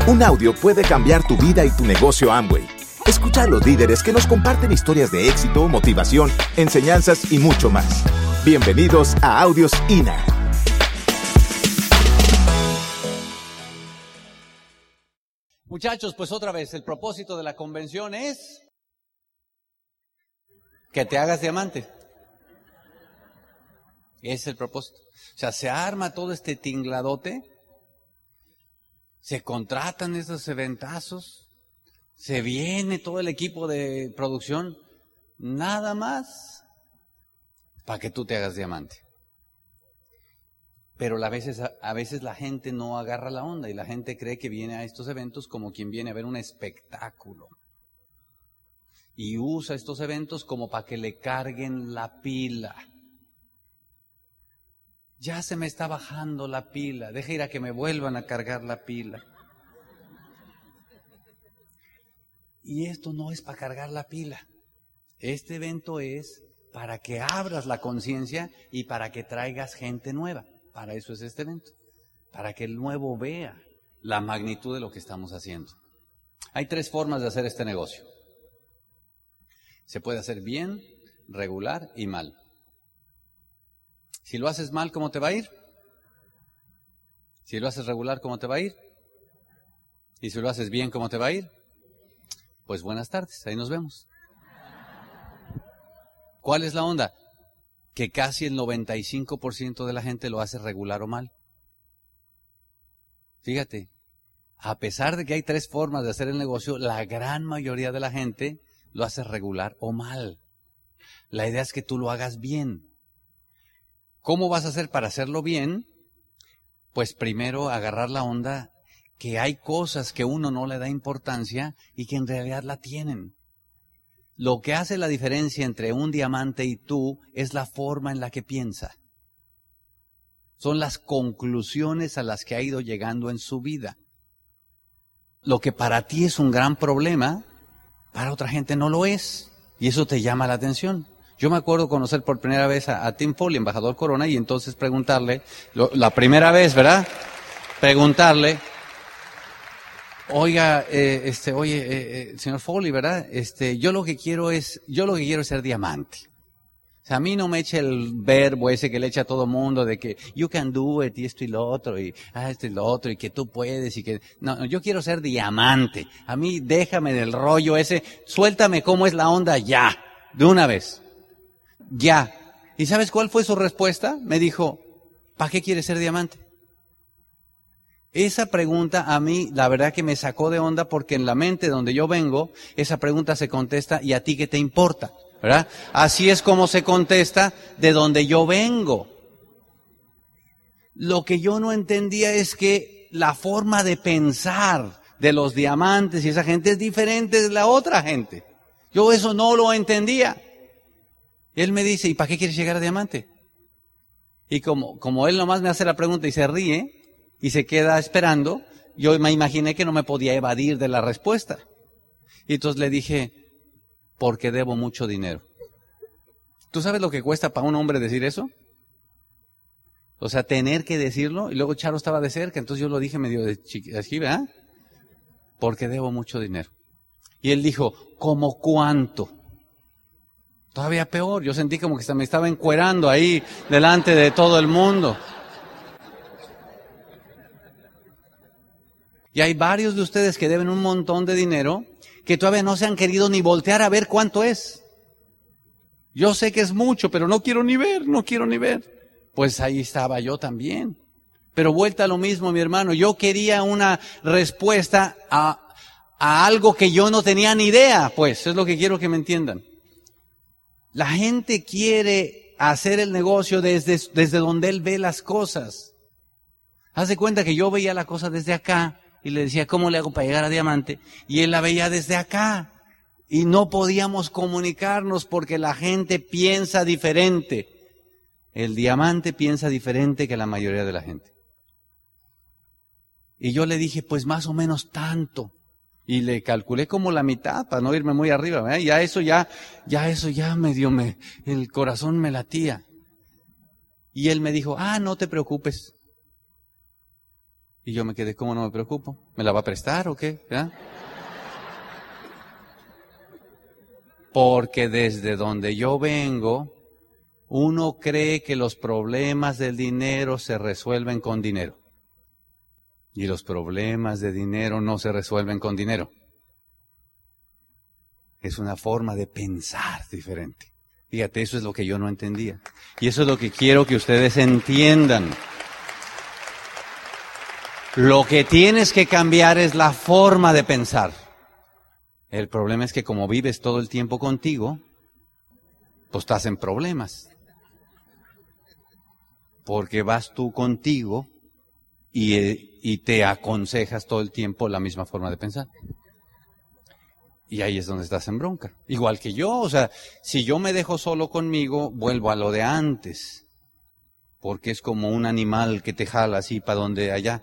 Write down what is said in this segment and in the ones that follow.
Un audio puede cambiar tu vida y tu negocio Amway. Escucha a los líderes que nos comparten historias de éxito, motivación, enseñanzas y mucho más. Bienvenidos a Audios INA. Muchachos, pues otra vez, el propósito de la convención es que te hagas diamante. Ese es el propósito. O sea, se arma todo este tingladote, se contratan esos eventazos, se viene todo el equipo de producción, nada más para que tú te hagas diamante. Pero a veces la gente no agarra la onda y la gente cree que viene a estos eventos como quien viene a ver un espectáculo. Y usa estos eventos como para que le carguen la pila. Ya se me está bajando la pila, deja ir a que me vuelvan a cargar la pila. Y esto no es para cargar la pila. Este evento es para que abras la conciencia y para que traigas gente nueva. Para eso es este evento, para que el nuevo vea la magnitud de lo que estamos haciendo. Hay 3 formas de hacer este negocio. Se puede hacer bien, regular y mal. Si lo haces mal, ¿cómo te va a ir? Si lo haces regular, ¿cómo te va a ir? Y si lo haces bien, ¿cómo te va a ir? Pues buenas tardes, ahí nos vemos. ¿Cuál es la onda? Que casi el 95% de la gente lo hace regular o mal. Fíjate, a pesar de que hay 3 formas de hacer el negocio, la gran mayoría de la gente lo hace regular o mal. La idea es que tú lo hagas bien. ¿Cómo vas a hacer para hacerlo bien? Pues primero agarrar la onda que hay cosas que uno no le da importancia y que en realidad la tienen. Lo que hace la diferencia entre un diamante y tú es la forma en la que piensa. Son las conclusiones a las que ha ido llegando en su vida. Lo que para ti es un gran problema, para otra gente no lo es. Y eso te llama la atención. Yo me acuerdo conocer por primera vez a Tim Foley, embajador Corona, y entonces preguntarle, la primera vez, ¿verdad? Preguntarle, oiga, señor Foley, ¿verdad? Yo lo que quiero es ser diamante. O sea, a mí no me eche el verbo ese que le echa a todo mundo de que you can do it, y esto y lo otro, y esto y lo otro, y que tú puedes, y que, no, yo quiero ser diamante. A mí déjame del rollo ese, suéltame cómo es la onda ya, de una vez. Ya. ¿Y sabes cuál fue su respuesta? Me dijo, ¿para qué quieres ser diamante? Esa pregunta a mí, la verdad que me sacó de onda porque en la mente donde yo vengo, esa pregunta se contesta, ¿y a ti qué te importa? ¿Verdad? Así es como se contesta de donde yo vengo. Lo que yo no entendía es que la forma de pensar de los diamantes y esa gente es diferente de la otra gente. Yo eso no lo entendía. Él me dice, ¿y para qué quieres llegar a diamante? Y como él nomás me hace la pregunta y se ríe y se queda esperando, yo me imaginé que no me podía evadir de la respuesta. Y entonces le dije, porque debo mucho dinero. ¿Tú sabes lo que cuesta para un hombre decir eso? O sea, tener que decirlo. Y luego Charo estaba de cerca, entonces yo lo dije medio de así, ¿verdad? Porque debo mucho dinero. Y él dijo, ¿cómo cuánto? Todavía peor, yo sentí como que se me estaba encuerando ahí delante de todo el mundo. Y hay varios de ustedes que deben un montón de dinero que todavía no se han querido ni voltear a ver cuánto es. Yo sé que es mucho, pero no quiero ni ver. Pues ahí estaba yo también. Pero vuelta a lo mismo, mi hermano. Yo quería una respuesta a algo que yo no tenía ni idea, pues, es lo que quiero que me entiendan. La gente quiere hacer el negocio desde donde él ve las cosas. Haz de cuenta que yo veía la cosa desde acá y le decía, ¿cómo le hago para llegar a diamante? Y él la veía desde acá. Y no podíamos comunicarnos porque la gente piensa diferente. El diamante piensa diferente que la mayoría de la gente. Y yo le dije, pues más o menos tanto. Y le calculé como la mitad para no irme muy arriba, ¿verdad? Ya eso el corazón me latía. Y él me dijo, no te preocupes. Y yo me quedé, ¿cómo no me preocupo? ¿Me la va a prestar o qué? ¿Ya? Porque desde donde yo vengo, uno cree que los problemas del dinero se resuelven con dinero. Y los problemas de dinero no se resuelven con dinero. Es una forma de pensar diferente. Fíjate, eso es lo que yo no entendía. Y eso es lo que quiero que ustedes entiendan. Lo que tienes que cambiar es la forma de pensar. El problema es que como vives todo el tiempo contigo, pues estás en problemas. Porque vas tú contigo y te aconsejas todo el tiempo la misma forma de pensar. Y ahí es donde estás en bronca. Igual que yo, o sea, si yo me dejo solo conmigo, vuelvo a lo de antes. Porque es como un animal que te jala así para donde allá.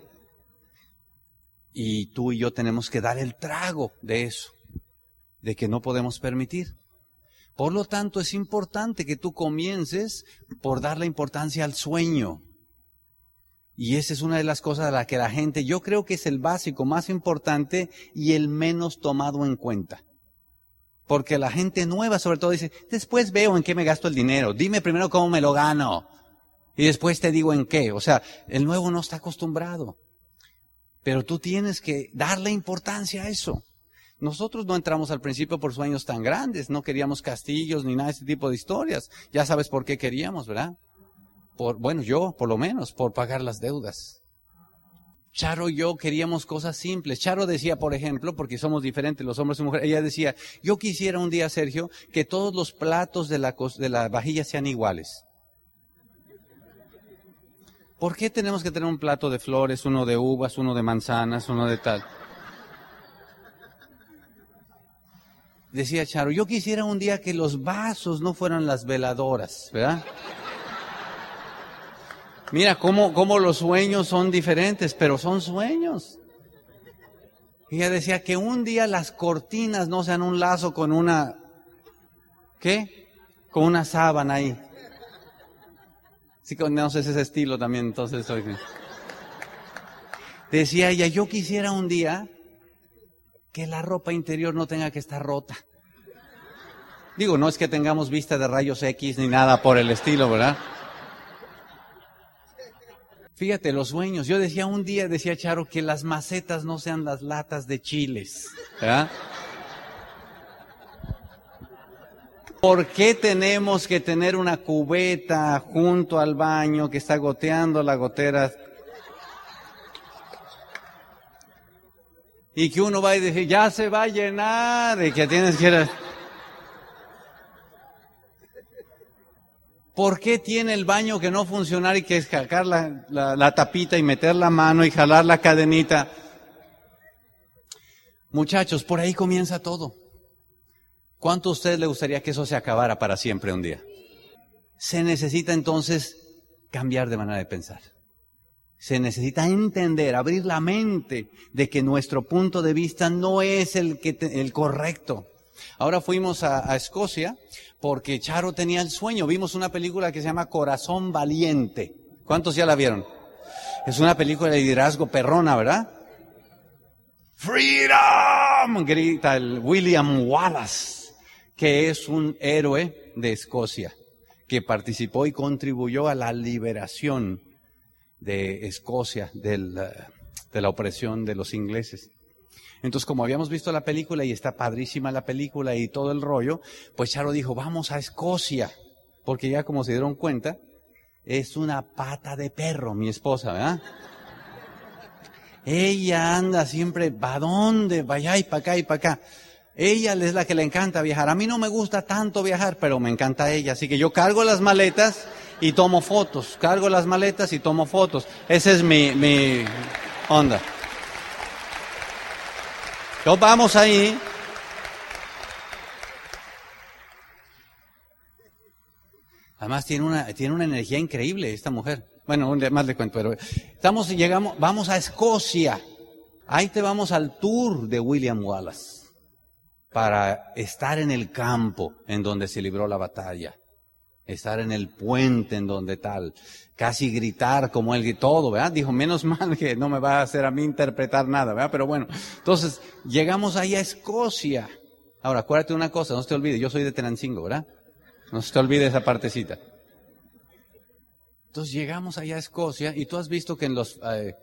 Y tú y yo tenemos que dar el trago de eso, de que no podemos permitir. Por lo tanto, es importante que tú comiences por darle importancia al sueño. Y esa es una de las cosas a las que la gente, yo creo que es el básico más importante y el menos tomado en cuenta. Porque la gente nueva sobre todo dice, después veo en qué me gasto el dinero, dime primero cómo me lo gano y después te digo en qué. O sea, el nuevo no está acostumbrado. Pero tú tienes que darle importancia a eso. Nosotros no entramos al principio por sueños tan grandes, no queríamos castillos ni nada de ese tipo de historias. Ya sabes por qué queríamos, ¿verdad? Bueno, yo, por lo menos, por pagar las deudas. Charo y yo queríamos cosas simples. Charo decía, por ejemplo, porque somos diferentes los hombres y mujeres, ella decía, yo quisiera un día, Sergio, que todos los platos de la vajilla sean iguales. ¿Por qué tenemos que tener un plato de flores, uno de uvas, uno de manzanas, uno de tal? Decía Charo, yo quisiera un día que los vasos no fueran las veladoras, ¿verdad? Mira cómo los sueños son diferentes, pero son sueños. Ella decía que un día las cortinas no sean un lazo con una, ¿qué? Con una sábana ahí. Sí, no sé ese estilo también, entonces soy. Decía ella, yo quisiera un día que la ropa interior no tenga que estar rota. Digo, no es que tengamos vista de rayos X ni nada por el estilo, ¿verdad? Fíjate, los sueños. Yo decía un día, decía Charo, que las macetas no sean las latas de chiles, ¿verdad? ¿Por qué tenemos que tener una cubeta junto al baño que está goteando la gotera? Y que uno va y dice, ya se va a llenar, y que tienes que ir. ¿Por qué tiene el baño que no funcionar y que es sacar la tapita y meter la mano y jalar la cadenita? Muchachos, por ahí comienza todo. ¿Cuánto a usted le gustaría que eso se acabara para siempre un día? Se necesita entonces cambiar de manera de pensar. Se necesita entender, abrir la mente de que nuestro punto de vista no es el correcto. Ahora fuimos a Escocia porque Charo tenía el sueño. Vimos una película que se llama Corazón Valiente. ¿Cuántos ya la vieron? Es una película de liderazgo perrona, ¿verdad? ¡Freedom! Grita el William Wallace, que es un héroe de Escocia, que participó y contribuyó a la liberación de Escocia, de la opresión de los ingleses. Entonces, como habíamos visto la película y está padrísima la película y todo el rollo, pues Charo dijo, vamos a Escocia, porque ya como se dieron cuenta, es una pata de perro, mi esposa, ¿verdad? Ella anda siempre, ¿para dónde? Va allá y para acá y para acá. Ella es la que le encanta viajar. A mí no me gusta tanto viajar, pero me encanta ella. Así que yo cargo las maletas y tomo fotos. Cargo las maletas y tomo fotos. Esa es mi onda. Entonces vamos ahí. Además tiene una energía increíble esta mujer. Bueno, más le cuento, pero vamos a Escocia. Ahí te vamos al tour de William Wallace para estar en el campo en donde se libró la batalla. estar en el puente en donde tal, casi gritar como él y todo, ¿verdad? Dijo, menos mal que no me va a hacer a mí interpretar nada, ¿verdad? Pero bueno, entonces llegamos ahí a Escocia. Ahora, acuérdate de una cosa, no se te olvide, yo soy de Tenancingo, ¿verdad? No se te olvide esa partecita. Entonces llegamos allá a Escocia y tú has visto que en los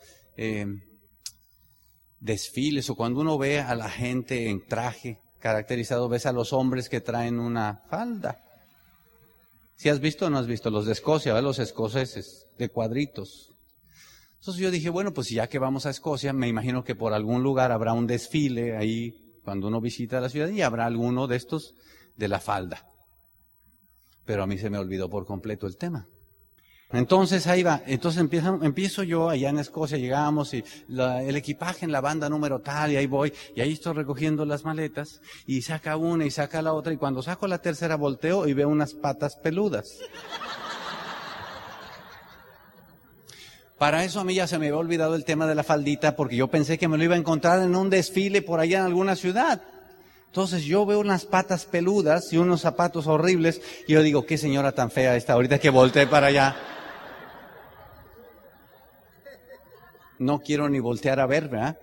desfiles o cuando uno ve a la gente en traje caracterizado, ves a los hombres que traen una falda. ¿Sí has visto o no has visto? Los de Escocia, ¿verdad? Los escoceses, de cuadritos. Entonces yo dije, bueno, pues ya que vamos a Escocia, me imagino que por algún lugar habrá un desfile ahí cuando uno visita la ciudad y habrá alguno de estos de la falda. Pero a mí se me olvidó por completo el tema. Entonces ahí va, entonces empiezo yo allá en Escocia, llegamos y el equipaje en la banda número tal y ahí voy y ahí estoy recogiendo las maletas y saca una y saca la otra y cuando saco la tercera volteo y veo unas patas peludas. Para eso a mí ya se me había olvidado el tema de la faldita porque yo pensé que me lo iba a encontrar en un desfile por allá en alguna ciudad. Entonces yo veo unas patas peludas y unos zapatos horribles y yo digo, qué señora tan fea esta, ahorita que volteé para allá. No quiero ni voltear a ver, ¿verdad?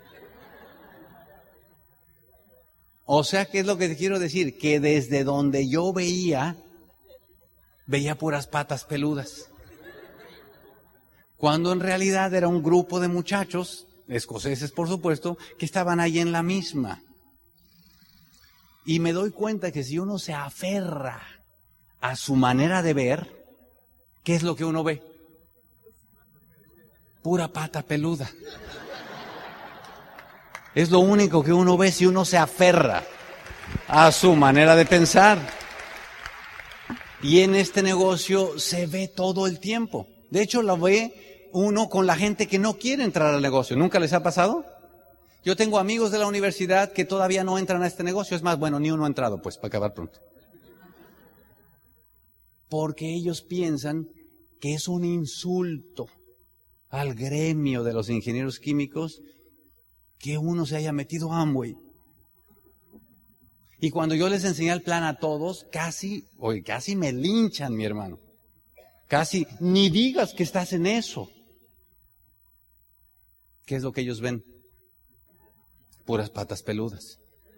O sea, ¿qué es lo que te quiero decir? Que desde donde yo veía puras patas peludas. Cuando en realidad era un grupo de muchachos, escoceses por supuesto, que estaban ahí en la misma. Y me doy cuenta que si uno se aferra a su manera de ver, ¿qué es lo que uno ve? Pura pata peluda. Es lo único que uno ve si uno se aferra a su manera de pensar. Y en este negocio se ve todo el tiempo. De hecho, lo ve uno con la gente que no quiere entrar al negocio. ¿Nunca les ha pasado? Yo tengo amigos de la universidad que todavía no entran a este negocio. Es más, bueno, ni uno ha entrado, pues, para acabar pronto. Porque ellos piensan que es un insulto al gremio de los ingenieros químicos que uno se haya metido a Amway. Y cuando yo les enseñé el plan a todos, casi me linchan, mi hermano. Casi, ni digas que estás en eso. ¿Qué es lo que ellos ven? Puras patas peludas.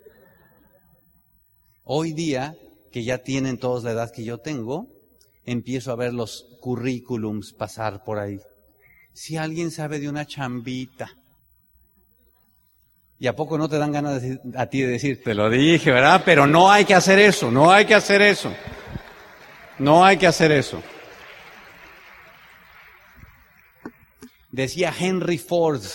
Hoy día, que ya tienen todos la edad que yo tengo, empiezo a ver los currículums pasar por ahí. Si alguien sabe de una chambita, ¿y a poco no te dan ganas a ti de decir, te lo dije, ¿verdad? Pero no hay que hacer eso, no hay que hacer eso. No hay que hacer eso. Decía Henry Ford,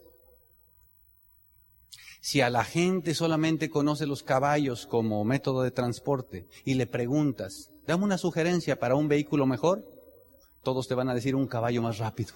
si a la gente solamente conoce los caballos como método de transporte y le preguntas, dame una sugerencia para un vehículo mejor, todos te van a decir un caballo más rápido.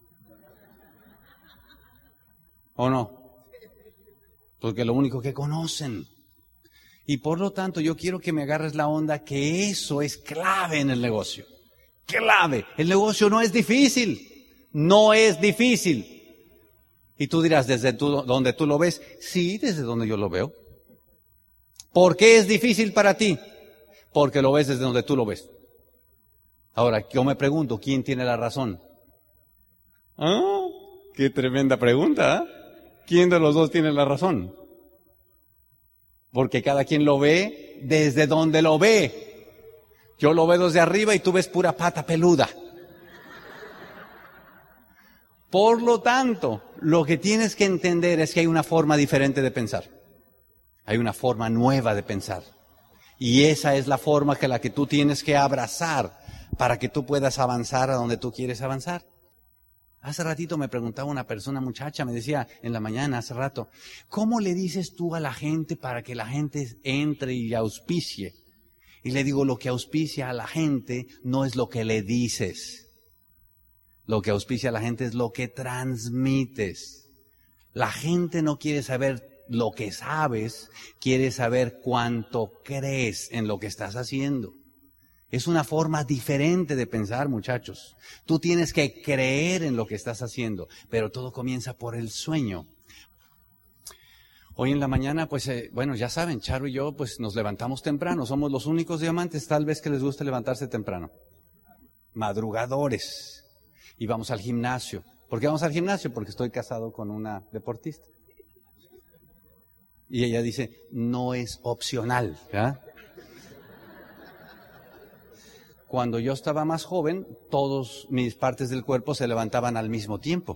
¿O no? Porque es lo único que conocen. Y por lo tanto yo quiero que me agarres la onda que eso es clave en el negocio. Clave. El negocio no es difícil. No es difícil. Y tú dirás, ¿desde donde tú lo ves? Sí, desde donde yo lo veo. ¿Por qué es difícil para ti? Porque lo ves desde donde tú lo ves. Ahora, yo me pregunto, ¿quién tiene la razón? ¡Ah! ¡Qué tremenda pregunta! ¿Eh? ¿Quién de los dos tiene la razón? Porque cada quien lo ve desde donde lo ve. Yo lo veo desde arriba y tú ves pura pata peluda. Por lo tanto, lo que tienes que entender es que hay una forma diferente de pensar. Hay una forma nueva de pensar. Y esa es la forma que la que tú tienes que abrazar para que tú puedas avanzar a donde tú quieres avanzar. Hace ratito me preguntaba una muchacha, me decía en la mañana, hace rato, ¿cómo le dices tú a la gente para que la gente entre y auspicie? Y le digo, lo que auspicia a la gente no es lo que le dices. Lo que auspicia a la gente es lo que transmites. La gente no quiere saber lo que sabes, quiere saber cuánto crees en lo que estás haciendo. Es una forma diferente de pensar, muchachos. Tú tienes que creer en lo que estás haciendo, pero todo comienza por el sueño. Hoy en la mañana, pues, bueno, ya saben, Charo y yo, pues, nos levantamos temprano. Somos los únicos diamantes, tal vez, que les guste levantarse temprano. Madrugadores. Y vamos al gimnasio. ¿Por qué vamos al gimnasio? Porque estoy casado con una deportista. Y ella dice, no es opcional, ¿verdad? Cuando yo estaba más joven, todas mis partes del cuerpo se levantaban al mismo tiempo.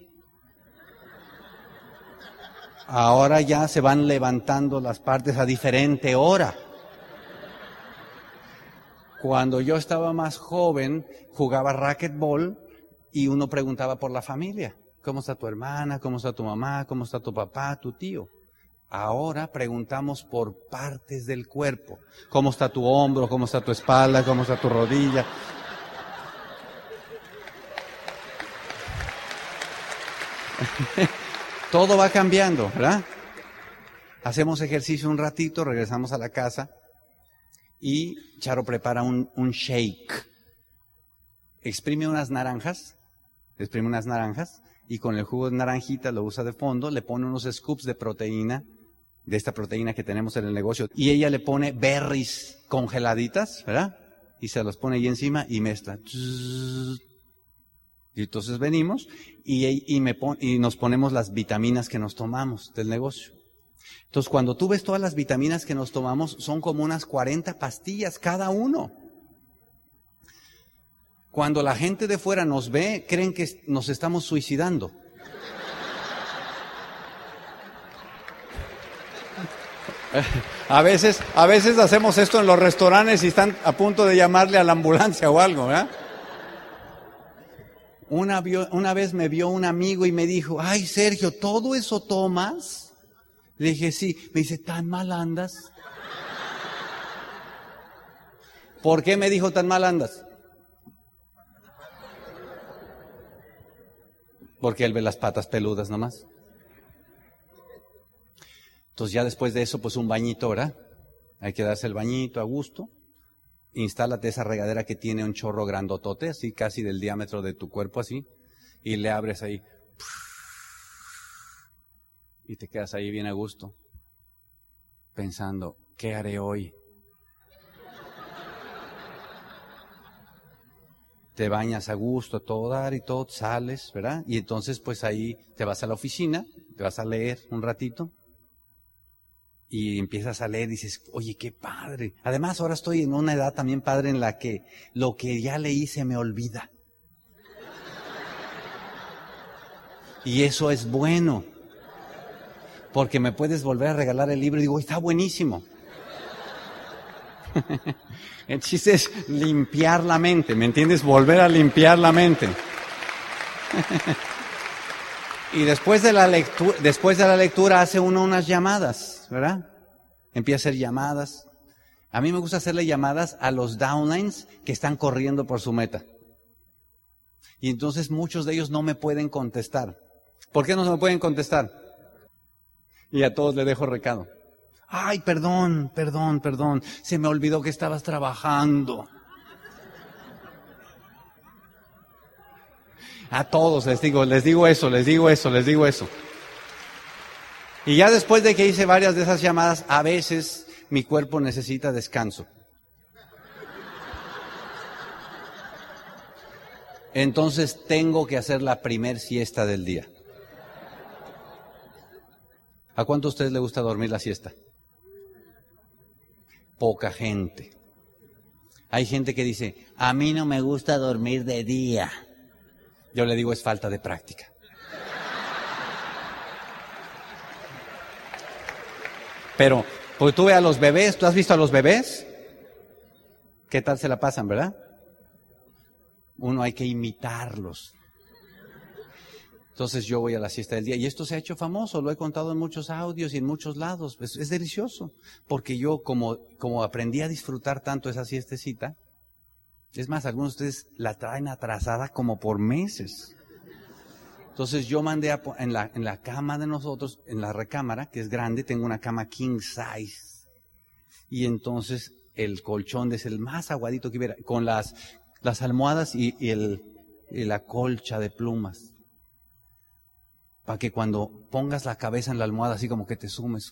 Ahora ya se van levantando las partes a diferente hora. Cuando yo estaba más joven, jugaba racquetball y uno preguntaba por la familia. ¿Cómo está tu hermana? ¿Cómo está tu mamá? ¿Cómo está tu papá? ¿Tu tío? Ahora preguntamos por partes del cuerpo. ¿Cómo está tu hombro? ¿Cómo está tu espalda? ¿Cómo está tu rodilla? Todo va cambiando, ¿verdad? Hacemos ejercicio un ratito, regresamos a la casa y Charo prepara un shake. Exprime unas naranjas y con el jugo de naranjita lo usa de fondo, le pone unos scoops de proteína, de esta proteína que tenemos en el negocio, y ella le pone berries congeladitas, ¿verdad? Y se los pone ahí encima y mezcla. Y entonces venimos y nos ponemos las vitaminas que nos tomamos del negocio. Entonces cuando tú ves todas las vitaminas que nos tomamos, son como unas 40 pastillas cada uno. Cuando la gente de fuera nos ve, creen que nos estamos suicidando. A veces hacemos esto en los restaurantes y están a punto de llamarle a la ambulancia o algo, ¿verdad? Una vez me vio un amigo y me dijo, ay Sergio, ¿todo eso tomas? Le dije, sí. Me dice, ¿tan mal andas? ¿Por qué me dijo tan mal andas? Porque él ve las patas peludas nomás. Entonces ya después de eso, pues un bañito, ¿verdad? Hay que darse el bañito a gusto. Instálate esa regadera que tiene un chorro grandotote, así casi del diámetro de tu cuerpo, así. Y le abres ahí. Y te quedas ahí bien a gusto. Pensando, ¿qué haré hoy? Te bañas a gusto, a todo dar y todo, sales, ¿verdad? Y entonces pues ahí te vas a la oficina, te vas a leer un ratito. Y empiezas a leer y dices, oye, qué padre. Además, ahora estoy en una edad también padre en la que lo que ya leí se me olvida. Y eso es bueno. Porque me puedes volver a regalar el libro y digo, está buenísimo. El chiste es limpiar la mente, ¿me entiendes? Volver a limpiar la mente. Y después de la lectura hace uno unas llamadas, ¿verdad? Empieza a hacer llamadas. A mí me gusta hacerle llamadas a los downlines que están corriendo por su meta. Y entonces muchos de ellos no me pueden contestar. ¿Por qué no se me pueden contestar? Y a todos les dejo recado. Ay, perdón. Se me olvidó que estabas trabajando. A todos les digo eso. Y ya después de que hice varias de esas llamadas, a veces mi cuerpo necesita descanso. Entonces tengo que hacer la primer siesta del día. ¿A cuánto a ustedes les gusta dormir la siesta? Poca gente. Hay gente que dice, a mí no me gusta dormir de día. Yo le digo, es falta de práctica. Pero, pues tú ve a los bebés, ¿tú has visto a los bebés? ¿Qué tal se la pasan, verdad? Uno hay que imitarlos. Entonces yo voy a la siesta del día y esto se ha hecho famoso, lo he contado en muchos audios y en muchos lados. Es delicioso, porque yo como aprendí a disfrutar tanto esa siestecita, es más, algunos de ustedes la traen atrasada como por meses. Entonces yo mandé en la cama de nosotros, en la recámara, que es grande, tengo una cama king size. Y entonces el colchón es el más aguadito que hubiera, con las almohadas y la colcha de plumas. para que cuando pongas la cabeza en la almohada así como que te sumes,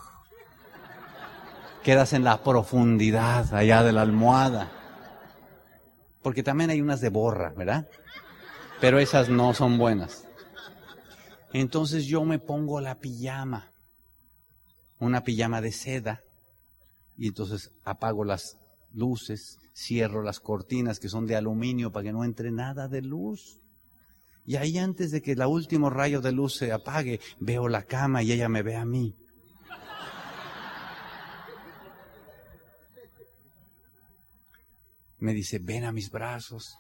quedas en la profundidad allá de la almohada. Porque también hay unas de borra, ¿verdad? Pero esas no son buenas. Entonces yo me pongo la pijama, una pijama de seda, y entonces apago las luces, cierro las cortinas que son de aluminio para que no entre nada de luz. Y ahí antes de que el último rayo de luz se apague, veo la cama y ella me ve a mí. Me dice, ven a mis brazos.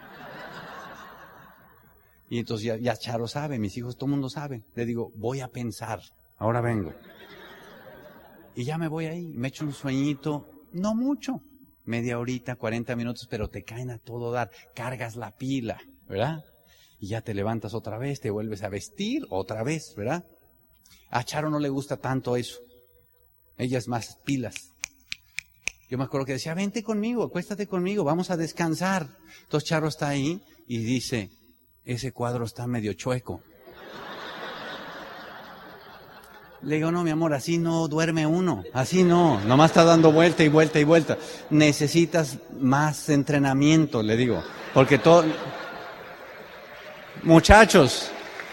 Y entonces ya Charo sabe, mis hijos, todo el mundo sabe. Le digo, voy a pensar, ahora vengo. Y ya me voy ahí, me echo un sueñito, no mucho, media horita, 40 minutos, pero te caen a todo dar, cargas la pila, ¿verdad? Y ya te levantas otra vez, te vuelves a vestir otra vez, ¿verdad? A Charo no le gusta tanto eso, ella es más pilas. Yo me acuerdo que decía, vente conmigo, acuéstate conmigo, vamos a descansar. Entonces Charo está ahí y dice, ese cuadro está medio chueco. Le digo, no, mi amor, así no duerme uno, así no, nomás está dando vuelta y vuelta y vuelta. Necesitas más entrenamiento, le digo, porque todo... Muchachos,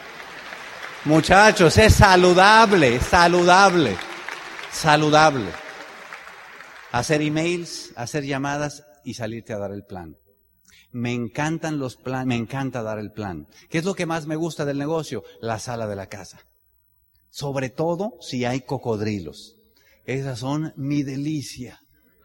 es saludable. Hacer emails, hacer llamadas y salirte a dar el plan. Me encantan los planes, me encanta dar el plan. ¿Qué es lo que más me gusta del negocio? La sala de la casa. Sobre todo si hay cocodrilos. Esas son mi delicia.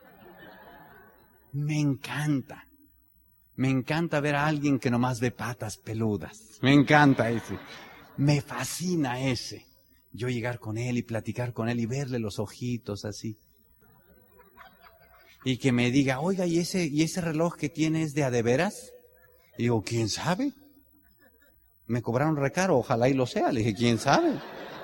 Me encanta. Me encanta ver a alguien que nomás ve patas peludas. Me encanta ese. Me fascina ese. Yo llegar con él y platicar con él y verle los ojitos así. Y que me diga, oiga, ¿y ese reloj que tiene es de veras? Y digo, ¿quién sabe? Me cobraron recaro, ojalá y lo sea. Le dije, ¿quién sabe?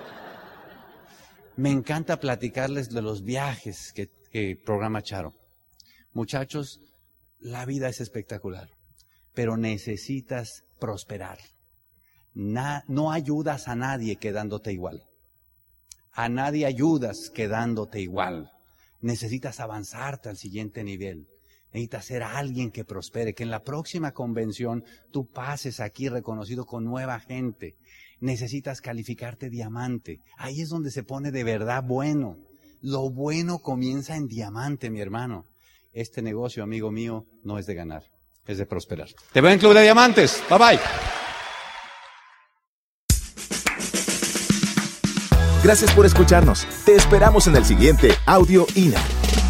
Me encanta platicarles de los viajes que programa Charo. Muchachos, la vida es espectacular, pero necesitas prosperar. No ayudas a nadie quedándote igual. A nadie ayudas quedándote igual. Necesitas avanzarte al siguiente nivel. Necesitas ser alguien que prospere, que en la próxima convención tú pases aquí reconocido con nueva gente. Necesitas calificarte diamante. Ahí es donde se pone de verdad bueno. Lo bueno comienza en diamante, mi hermano. Este negocio, amigo mío, no es de ganar, es de prosperar. Te veo en Club de Diamantes. Bye bye. Gracias por escucharnos. Te esperamos en el siguiente Audio INA.